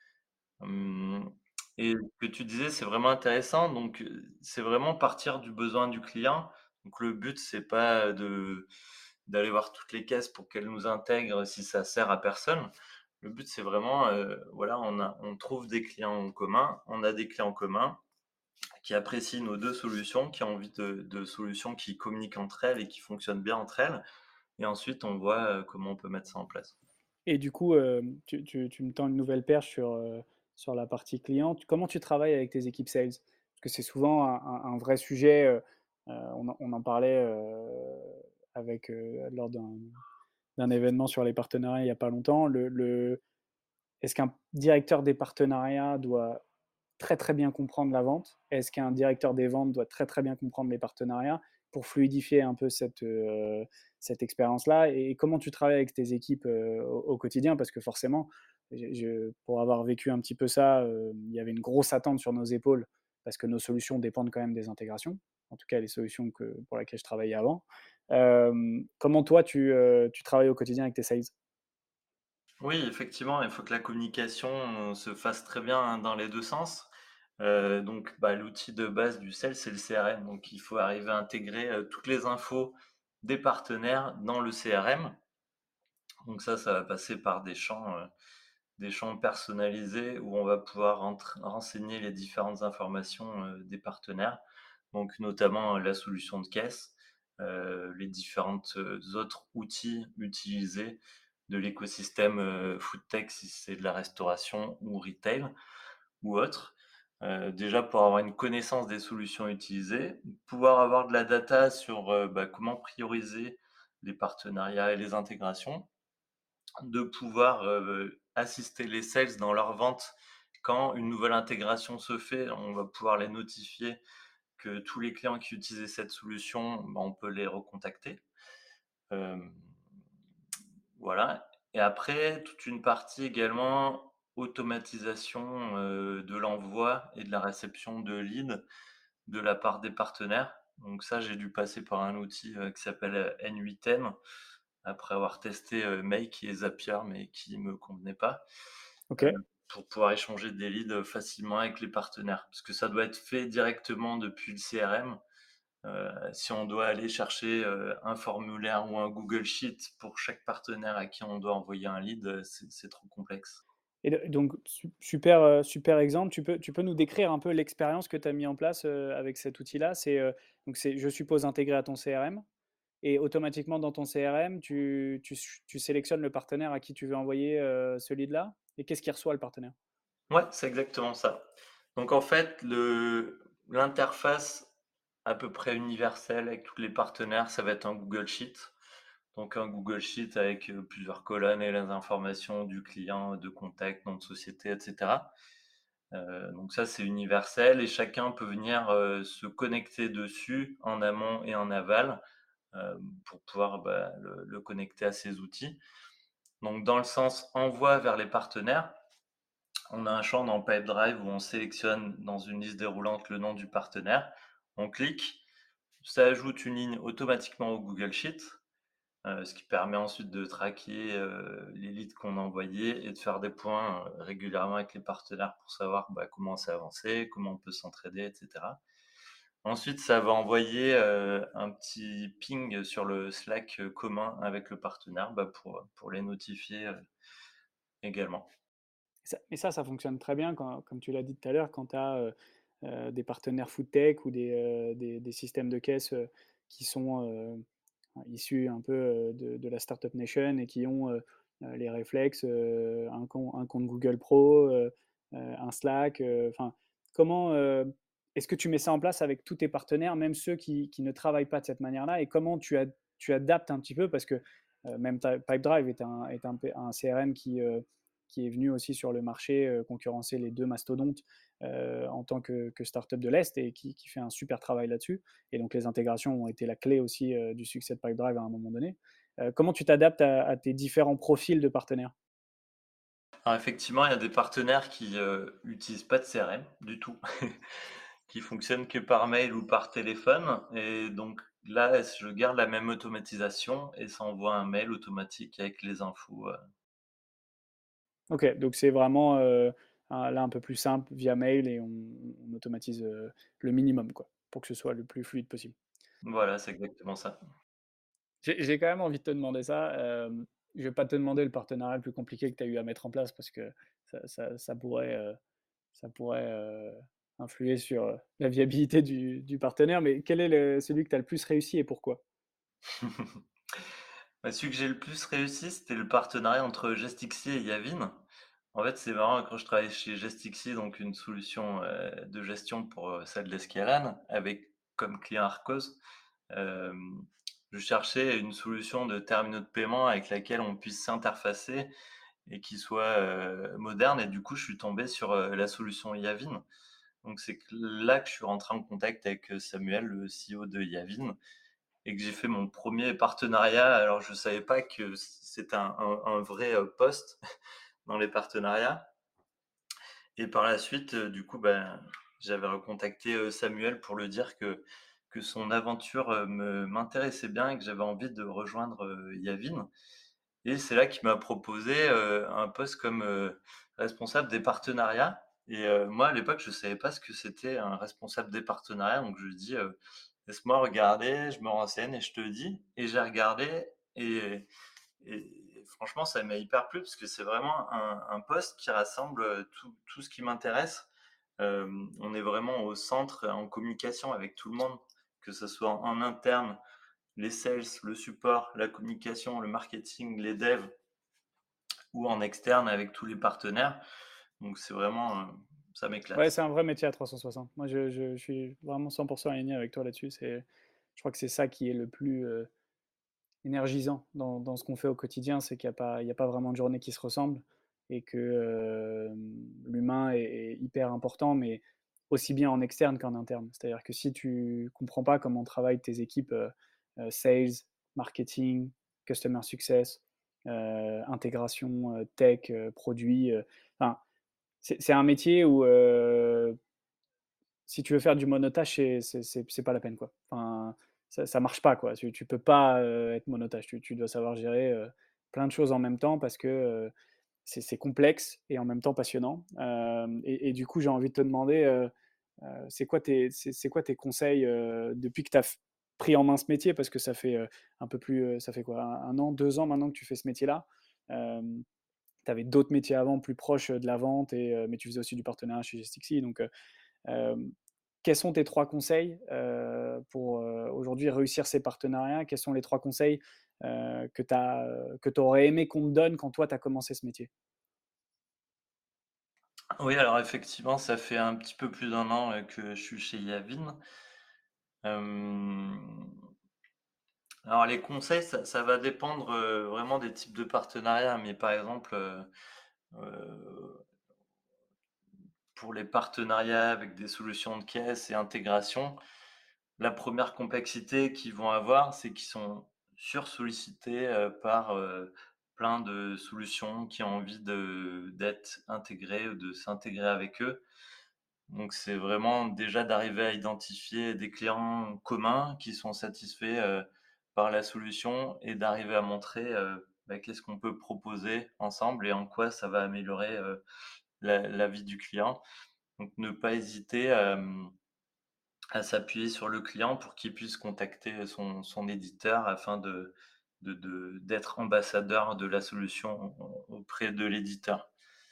Mmh et ce que tu disais, c'est vraiment intéressant. Donc, heu, c'est vraiment partir du besoin du client. Donc le but, c'est pas de d'aller voir toutes les caisses pour qu'elles nous intègrent si ça sert à personne. Le but, c'est vraiment, heu, voilà, on a on trouve des clients en commun, on a des clients communs qui apprécient nos deux solutions, qui ont envie de de solutions qui communiquent entre elles et qui fonctionnent bien entre elles. Et ensuite, on voit, heu, comment on peut mettre ça en place. Et du coup, hem, tu tu tu me tends une nouvelle perche sur, heu, sur la partie client. Tu Comment tu travailles avec tes équipes sales? Parce que c'est souvent un un un vrai sujet, heu heu, on en on en parlait, heu, avec, heu, lors d'un d'un événement sur les partenariats il y a pas longtemps. Le le Est-ce qu'un directeur des partenariats doit très, très bien comprendre la vente? Est-ce qu'un directeur des ventes doit très, très bien comprendre les partenariats pour fluidifier un peu cette, heu, cette expérience-là? Et comment tu travailles avec tes équipes, heu, au au quotidien? Parce que forcément, je je pour avoir vécu un petit peu ça, heu, il y avait une grosse attente sur nos épaules parce que nos solutions dépendent quand même des intégrations. En tout cas, les solutions que pour laquelle je travaillais avant. Hem, comment toi tu, heu, tu travailles au quotidien avec tes sales? Oui, effectivement, il faut que la communication, heu, se fasse très bien, hein, dans les deux sens. Heu, donc, bah, l'outil de base du sales, c'est le C R M. Donc il faut arriver à intégrer, heu, toutes les infos des partenaires dans le C R M. Donc ça, ça va passer par des champs, heu, des champs personnalisés où on va pouvoir rentr renseigner les différentes informations, heu, des partenaires. Donc notamment, heu, la solution de caisse, heu, les différentes, heu, autres outils utilisés de l'écosystème, heu, foodtech si c'est de la restauration ou retail ou autre. Heu, déjà pour avoir une connaissance des solutions utilisées, pouvoir avoir de la data sur, heu, bah, comment prioriser les partenariats et les intégrations, de pouvoir, heu, assister les sales dans leur vente. Quand une nouvelle intégration se fait, on va pouvoir les notifier que tous les clients qui utilisaient cette solution, bah, on peut les recontacter. Hem, voilà et après toute une partie également automatisation, heu, de l'envoi et de la réception de leads de la part des partenaires. Donc ça, j'ai dû passer par un outil, heu, qui s'appelle, heu, N huit N après avoir testé, heu, Make et Zapier, mais qui me convenait pas, heu, OK. pour pouvoir échanger des leads, facilement avec les partenaires. Parce que ça doit être fait directement depuis le C R M. Heu, si on doit aller chercher, heu, un formulaire ou un Google Sheet pour chaque partenaire à qui on doit envoyer un lead, heu, c'est c'est trop complexe. Et de donc su super, heu, super exemple. Tu peux tu peux nous décrire un peu l'expérience que tu as mis en place, heu, avec cet outil-là? C'est, heu, donc c'est, je suppose, intégré à ton C R M et automatiquement dans ton C R M, tu tu ch tu sélectionnes le partenaire à qui tu veux envoyer, heu, ce lead-là? Et qu'est-ce qu'il reçoit le partenaire? Ouais, c'est exactement ça. Donc en fait, le l'interface à peu près universelle avec tous les partenaires, ça va être un Google Sheet. Donc un Google Sheet avec, heu, plusieurs colonnes et les informations du client, de contact, nom de société et cetera. Heu, donc ça, c'est universel et chacun peut venir, heu, se connecter dessus en amont et en aval heu, pour pouvoir, bah, le le connecter à ses outils. Donc dans le sens envoi vers les partenaires, on a un champ dans Pipedrive où on sélectionne dans une liste déroulante le nom du partenaire. On clique, ça ajoute une ligne automatiquement au Google Sheet, heu, ce qui permet ensuite de traquer, heu, les leads qu'on a envoyés et de faire des points, heu, régulièrement avec les partenaires pour savoir, bah, comment c'est avancé, comment on peut s'entraider et cetera. Ensuite, ça va envoyer, heu, un petit ping sur le Slack, heu, commun avec le partenaire, bah, pour, pour les notifier, heu, également. Ça et ça, ça fonctionne très bien quand comme tu l'as dit tout à l'heure, quand tu as, heu heu, des partenaires foodtech ou des, heu, des des systèmes de caisse, heu, qui sont, heu, issus un peu, heu, de de la startup nation et qui ont, heu heu, les réflexes, heu, un com un compte Google Pro, heu heu, un Slack, heu, enfin, comment, heu, est-ce que tu mets ça en place avec tous tes partenaires, même ceux qui qui ne travaillent pas de cette manière-là? Et comment tu ad tu adaptes un petit peu? Parce que, heu, même ta Pipedrive est un est un p un C R M qui, heu qui est venu aussi sur le marché, heu, concurrencer les deux mastodontes, heu, en tant que que start-up de l'Est et qui qui fait un super travail là-dessus. Et donc les intégrations ont été la clé aussi, heu, du succès de Pipedrive à un moment donné. Heu, comment tu t'adaptes à à tes différents profils de partenaires? Alors effectivement, il y a des partenaires qui, heu, utilisent pas de C R M du tout, qui fonctionnent que par mail ou par téléphone et donc là, je garde la même automatisation et ça envoie un mail automatique avec les infos, heu OK, donc c'est vraiment, heu, un là un peu plus simple via mail et on on automatise, heu, le minimum quoi, pour que ce soit le plus fluide possible. voilà, c'est exactement ça. J'ai j'ai quand même envie de te demander ça, hem, je vais pas te demander le partenariat le plus compliqué que tu as eu à mettre en place parce que ça ça ça pourrait, heu, ça pourrait, heu, influer sur, heu, la viabilité du du partenaire, mais quel est le celui que tu as le plus réussi et pourquoi? Bah, celui que j'ai le plus réussi, c'était le partenariat entre Gestixi et Yavin. En fait, c'est marrant, quand je travaillais chez Gestixi, donc une solution, heu, de gestion pour, heu, ça de l'escalade, avec comme client Arcos, hem, je cherchais une solution de terminaux de paiement avec laquelle on puisse s'interfacer et qui soit, heu, moderne et du coup, je suis tombé sur, heu, la solution Yavin. Donc c'est que là que je suis rentré en contact avec, heu, Samuel, le C E O de Yavin et que j'ai fait mon premier partenariat. Alors je savais pas que c'était un un un vrai, heu, poste dans les partenariats et par la suite, heu, du coup, ben, j'avais recontacté, heu, Samuel pour lui dire que que son aventure, heu, me m'intéressait bien et que j'avais envie de rejoindre, heu, Yavin et c'est là qu'il m'a proposé, heu, un poste comme, heu, responsable des partenariats et heu, moi à l'époque je savais pas ce que c'était un responsable des partenariats donc je lui dis, heu: «Laisse-moi regarder, je me renseigne et je te dis» et j'ai regardé et et franchement ça m'a hyper plu parce que c'est vraiment un un poste qui rassemble, heu, tout tout ce qui m'intéresse. Hem, on est vraiment au centre, en communication avec tout le monde, que ce soit en en interne, les sales, le support, la communication, le marketing, les devs ou en externe avec tous les partenaires. Donc c'est vraiment, heu, ça Ouais, m'éclate. c'est un vrai métier à trois cent soixante. Moi je je je suis vraiment cent pour cent aligné avec toi là-dessus, c'est je crois que c'est ça qui est le plus, heu, énergisant dans dans ce qu'on fait au quotidien, c'est qu'il y a pas il y a pas vraiment de journée qui se ressemble et que, hem, l'humain est est hyper important, mais aussi bien en externe qu'en interne. C'est-à-dire que si tu comprends pas comment travaillent tes équipes, heu heu, sales, marketing, customer success, heu, intégration, heu, tech, heu, produit, heu, enfin, c'est c'est un métier où, heu, si tu veux faire du monotache, c'est c'est c'est c'est pas la peine, quoi. Enfin, ça ça marche pas, quoi. Tu tu peux pas, heu, être monotache. Tu tu dois savoir gérer, heu, plein de choses en même temps parce que, heu, c'est c'est complexe et en même temps passionnant. Hem et et du coup, j'ai envie de te demander, heu heu, c'est quoi tes c'est c'est quoi tes conseils, heu, depuis que tu as pris en main ce métier? Parce que ça fait, heu, un peu plus, heu, ça fait quoi? Un 1 an, deux ans maintenant que tu fais ce métier-là. Hem, tu avais d'autres métiers avant plus proches, de la vente et heu, mais tu faisais aussi du partenariat chez Gestixi donc heu, hem, quels sont tes trois conseils, heu, pour, heu, aujourd'hui réussir ces partenariats? Quels sont les trois conseils, heu, que tu as, que tu aurais aimé qu'on te donne quand toi tu as commencé ce métier? Oui, alors effectivement, ça fait un petit peu plus d'un an, heu, que je suis chez Yavin. Hem, alors les conseils, ça ça va dépendre, heu, vraiment des types de partenariats, mais par exemple, heu heu, pour les partenariats avec des solutions de caisse et intégration, la première complexité qu'ils vont avoir, c'est qu'ils sont sursollicités, heu, par, heu, plein de solutions qui ont envie de d'être intégrées ou de s'intégrer avec eux. Donc c'est vraiment déjà d'arriver à identifier des clients communs qui sont satisfaits, heu, par la solution et d'arriver à montrer, heu, bah, qu'est-ce qu'on peut proposer ensemble et en quoi ça va améliorer, heu, la la vie du client. Donc ne pas hésiter, hem, à s'appuyer sur le client pour qu'il puisse contacter son son éditeur afin de de de d'être ambassadeur de la solution auprès de l'éditeur.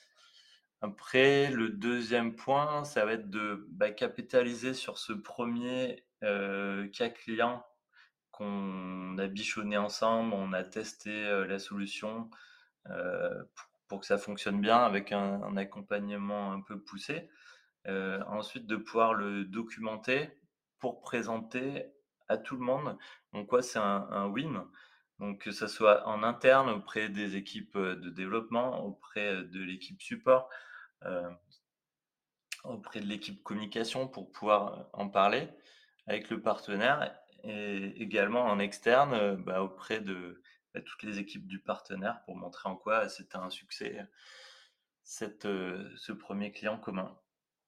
Après, le deuxième point, ça va être de, bah, capitaliser sur ce premier er cas client qu'on a bichonné ensemble. On a testé, heu, la solution, heu, pour pour que ça fonctionne bien avec un un accompagnement un peu poussé. Heu, ensuite de pouvoir le documenter pour présenter à tout le monde. Donc ouais, c'est un un win. Donc que ça soit en interne auprès des équipes, heu, de développement, auprès, heu, de l'équipe support, heu, auprès de l'équipe communication pour pouvoir, heu, en parler avec le partenaire et également en externe, heu, bah, auprès de, bah, toutes les équipes du partenaire pour montrer en quoi c'était un succès, cette, heu, ce premier client commun.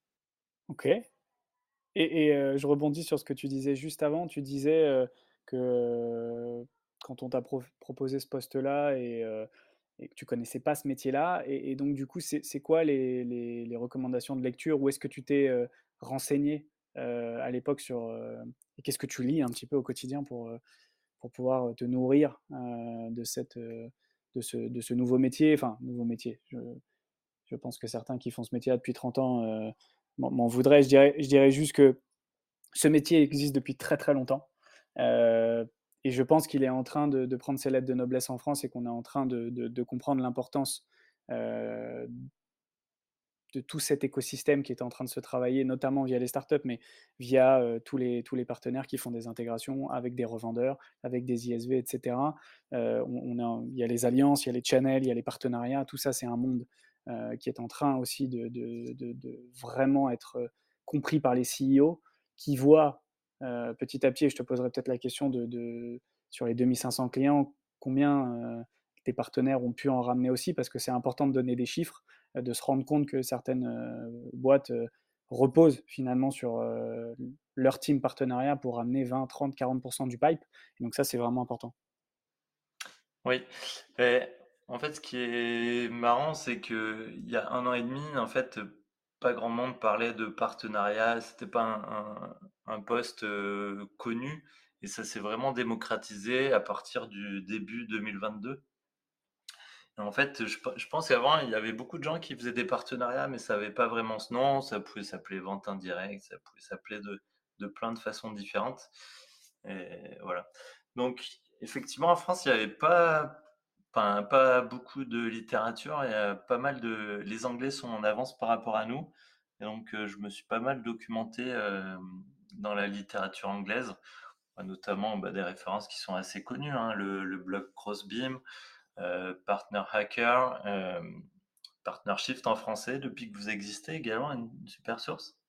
OK. Et et heu, je rebondis sur ce que tu disais juste avant. Tu disais, heu, que, heu, quand on t'a prof proposé ce poste-là et heu et que tu connaissais pas ce métier-là et et donc du coup, c'est c'est quoi les les les recommandations de lecture? Où est-ce que tu t'es, heu, renseigné, heu, à l'époque sur, heu et qu'est-ce que tu lis un petit peu au quotidien pour, heu, pour pouvoir, te nourrir, heu, de cette, heu, de ce de ce nouveau métier? Enfin, nouveau métier, je je pense que certains qui font ce métier-là depuis trente ans, heu, m'en m'en voudraient. Je dirais je dirais juste que ce métier existe depuis très, très longtemps, heu et je pense qu'il est en train de de prendre ses lettres de noblesse en France et qu'on est en train de de de comprendre l'importance, heu, de tout cet écosystème qui est en train de se travailler, notamment via les startups, mais via, heu, tous les tous les partenaires qui font des intégrations avec des revendeurs, avec des I S V et cetera. Heu, on on a il y a les alliances, il y a les channels, il y a les partenariats, tout ça, c'est un monde, heu, qui est en train aussi de de de de vraiment être, heu, compris par les C E O qui voient, heu, petit à petit et je te poserai peut-être la question de de sur les deux mille cinq cents clients, combien, heu, tes partenaires ont pu en ramener aussi? Parce que c'est important de donner des chiffres, heu, de se rendre compte que certaines, heu, boîtes, heu, reposent finalement sur, heu, leur team partenariat pour ramener vingt, trente, quarante du pipe. Et donc ça, c'est vraiment important. Oui, et en fait, ce qui est marrant, c'est qu'il y a un an et demi, en fait, pas grand monde parlait de partenariat. C'était pas un un un poste, heu, connu et ça s'est vraiment démocratisé à partir du début deux mille vingt-deux. Et en fait, je pe je pense qu'avant, il y avait beaucoup de gens qui faisaient des partenariats, mais ça avait pas vraiment ce nom. Ça pouvait s'appeler vente indirecte, ça pouvait s'appeler de de plein de façons différentes et voilà. Donc effectivement, en France, il y avait pas enfin, pas beaucoup de littérature. Il y a pas mal de les Anglais sont en avance par rapport à nous et donc heu, je me suis pas mal documenté, hem, dans la littérature anglaise, bah, notamment, bah, des références qui sont assez connues, hein, le le blog Crossbeam, heu, Partner Hacker, hem, Partnershift en français depuis que vous existez également, une une super source.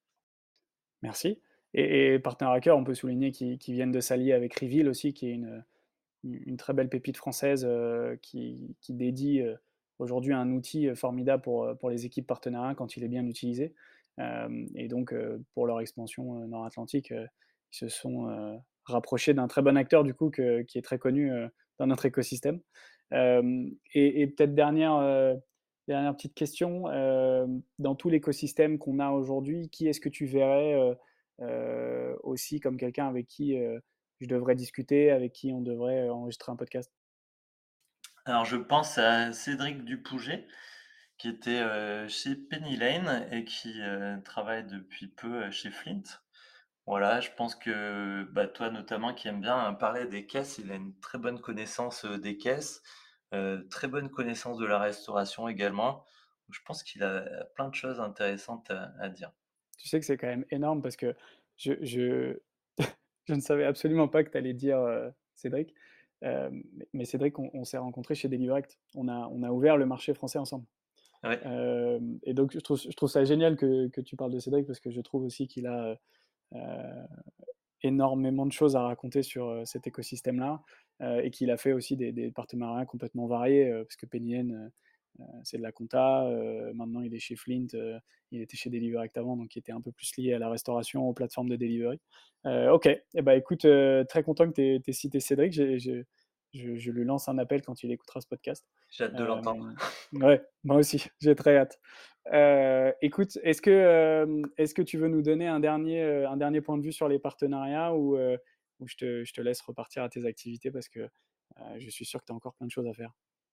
Merci. Et et Partner Hacker, on peut souligner qu'ils qu'ils viennent de s'allier avec Reveal aussi, qui est une, une très belle pépite française, heu, qui qui dédie, heu, aujourd'hui un outil, heu, formidable pour, heu, pour les équipes partenariats quand il est bien utilisé. Hem et donc, heu, pour leur expansion, heu, nord-atlantique, heu, ils se sont, heu, rapprochés d'un très bon acteur du coup que qui est très connu, heu, dans notre écosystème. Hem et et peut-être dernière, heu, dernière petite question, hem, dans tout l'écosystème qu'on a aujourd'hui, qui est-ce que tu verrais, heu heu, aussi comme quelqu'un avec qui, heu, je devrais discuter, avec qui on devrait, heu, enregistrer un podcast? Alors je pense à Cédric Dupouget qui était, heu, chez Penny Lane et qui, heu, travaille depuis peu, heu, chez Flint. Voilà, je pense que, bah, toi notamment qui aimes bien, heu, parler des caisses, il a une très bonne connaissance, heu, des caisses, heu, très bonne connaissance de la restauration également. Je pense qu'il a plein de choses intéressantes à à dire. Tu sais que c'est quand même énorme parce que je je je ne savais absolument pas que tu allais dire, heu, Cédric. Hem, mais mais Cédric, on on s'est rencontrés chez Deliverect. On a on a ouvert le marché français ensemble. Ouais, Hem et donc je trouve je trouve ça génial que que tu parles de Cédric parce que je trouve aussi qu'il a, heu énormément de choses à raconter sur euh, cet écosystème-là euh, et qu'il a fait aussi des, des partenariats complètement variés euh, parce que Penny euh, euh, c'est de la compta. Euh, maintenant, il est chez Flint. Euh, il était chez Delivery Act avant, donc il était un peu plus lié à la restauration, aux plateformes de delivery. Euh, ok, eh ben, écoute, euh, très content que tu aies cité Cédric. J'ai, j'ai, je, je lui lance un appel quand il écoutera ce podcast. J'ai hâte de Euh, l'entendre. ouais, moi aussi, j'ai très hâte. Euh, écoute, est-ce que, euh, est-ce que tu veux nous donner un dernier, euh, un dernier point de vue sur les partenariats ou, euh, ou je, te, je te laisse repartir à tes activités parce que euh, je suis sûr que tu as encore plein de choses à faire.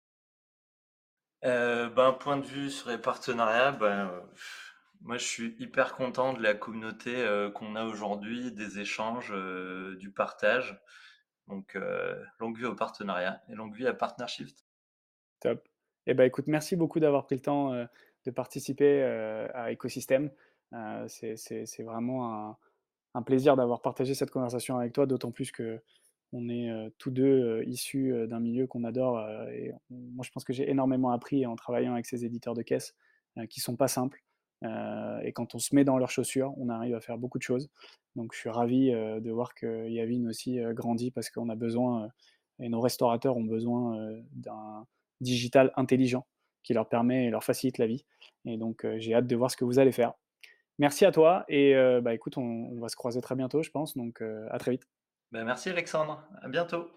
Euh, ben, point de vue sur les partenariats, ben, euh, moi je suis hyper content de la communauté euh, qu'on a aujourd'hui, des échanges, euh, du partage. Donc, euh, longue vie au partenariat et longue vie à PartnerShift. Top. Eh ben, écoute, merci beaucoup d'avoir pris le temps euh, de participer euh, à Ecosystème. Euh, c'est, c'est, c'est vraiment un, un plaisir d'avoir partagé cette conversation avec toi, d'autant plus que on est euh, tous deux euh, issus euh, d'un milieu qu'on adore. Euh, et on- moi, je pense que j'ai énormément appris en travaillant avec ces éditeurs de caisse euh, qui sont pas simples. Euh, et quand on se met dans leurs chaussures, on arrive à faire beaucoup de choses. Donc, je suis ravi euh, de voir que Yavin aussi euh, grandit parce qu'on a besoin, euh, et nos restaurateurs ont besoin euh, d'un digital intelligent qui leur permet et leur facilite la vie. Et donc, euh, j'ai hâte de voir ce que vous allez faire. Merci à toi et euh, bah, écoute, on, on va se croiser très bientôt, je pense. Donc, euh, à très vite. Ben, merci Alexandre, à bientôt.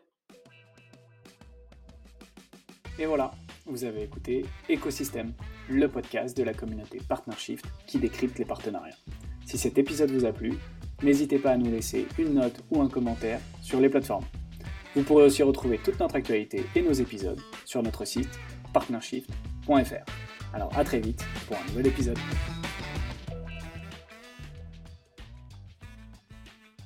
Et voilà, vous avez écouté Ecosystème, le podcast de la communauté PartnerShift qui décrypte les partenariats. Si cet épisode vous a plu, n'hésitez pas à nous laisser une note ou un commentaire sur les plateformes. Vous pourrez aussi retrouver toute notre actualité et nos épisodes sur notre site partnershift point f r. Alors à très vite pour un nouvel épisode.